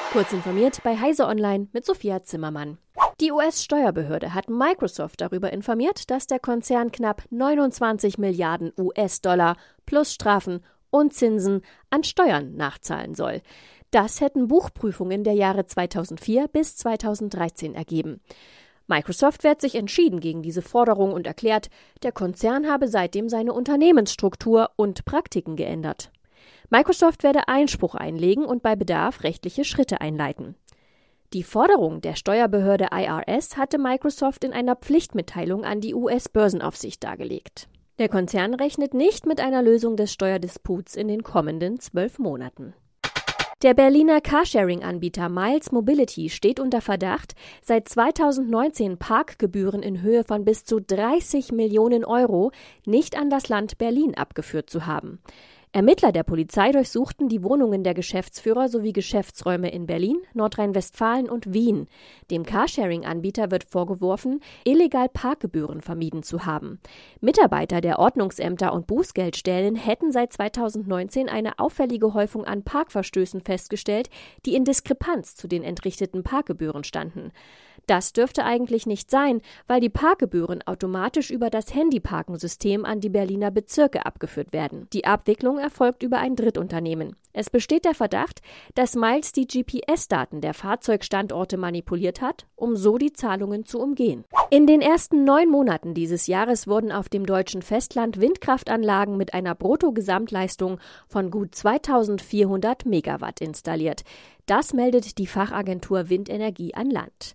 Kurz informiert bei Heise Online mit Sophia Zimmermann. Die US-Steuerbehörde hat Microsoft darüber informiert, dass der Konzern knapp 29 Milliarden US-Dollar plus Strafen und Zinsen an Steuern nachzahlen soll. Das hätten Buchprüfungen der Jahre 2004 bis 2013 ergeben. Microsoft wehrt sich entschieden gegen diese Forderung und erklärt, der Konzern habe seitdem seine Unternehmensstruktur und Praktiken geändert. Microsoft werde Einspruch einlegen und bei Bedarf rechtliche Schritte einleiten. Die Forderung der Steuerbehörde IRS hatte Microsoft in einer Pflichtmitteilung an die US-Börsenaufsicht dargelegt. Der Konzern rechnet nicht mit einer Lösung des Steuerdisputs in den kommenden 12 Monaten. Der Berliner Carsharing-Anbieter Miles Mobility steht unter Verdacht, seit 2019 Parkgebühren in Höhe von bis zu 30 Millionen Euro nicht an das Land Berlin abgeführt zu haben. Ermittler der Polizei durchsuchten die Wohnungen der Geschäftsführer sowie Geschäftsräume in Berlin, Nordrhein-Westfalen und Wien. Dem Carsharing-Anbieter wird vorgeworfen, illegal Parkgebühren vermieden zu haben. Mitarbeiter der Ordnungsämter und Bußgeldstellen hätten seit 2019 eine auffällige Häufung an Parkverstößen festgestellt, die in Diskrepanz zu den entrichteten Parkgebühren standen. Das dürfte eigentlich nicht sein, weil die Parkgebühren automatisch über das Handyparkensystem an die Berliner Bezirke abgeführt werden. Die Abwicklung erfolgt über ein Drittunternehmen. Es besteht der Verdacht, dass Miles die GPS-Daten der Fahrzeugstandorte manipuliert hat, um so die Zahlungen zu umgehen. In den ersten 9 Monaten dieses Jahres wurden auf dem deutschen Festland Windkraftanlagen mit einer Bruttogesamtleistung von gut 2400 Megawatt installiert. Das meldet die Fachagentur Windenergie an Land.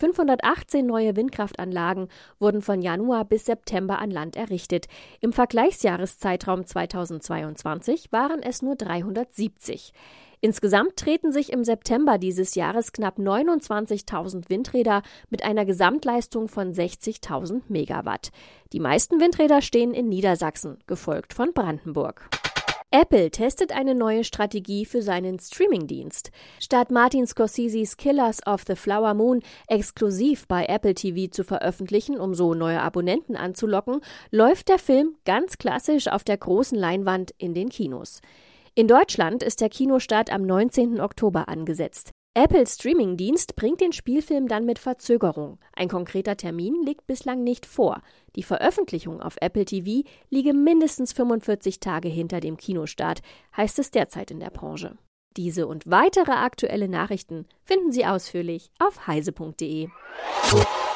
518 neue Windkraftanlagen wurden von Januar bis September an Land errichtet. Im Vergleichsjahreszeitraum 2022 waren es nur 370. Insgesamt treten sich im September dieses Jahres knapp 29.000 Windräder mit einer Gesamtleistung von 60.000 Megawatt. Die meisten Windräder stehen in Niedersachsen, gefolgt von Brandenburg. Apple testet eine neue Strategie für seinen Streamingdienst. Statt Martin Scorseses Killers of the Flower Moon exklusiv bei Apple TV zu veröffentlichen, um so neue Abonnenten anzulocken, läuft der Film ganz klassisch auf der großen Leinwand in den Kinos. In Deutschland ist der Kinostart am 19. Oktober angesetzt. Apples Streamingdienst bringt den Spielfilm dann mit Verzögerung. Ein konkreter Termin liegt bislang nicht vor. Die Veröffentlichung auf Apple TV liege mindestens 45 Tage hinter dem Kinostart, heißt es derzeit in der Branche. Diese und weitere aktuelle Nachrichten finden Sie ausführlich auf heise.de.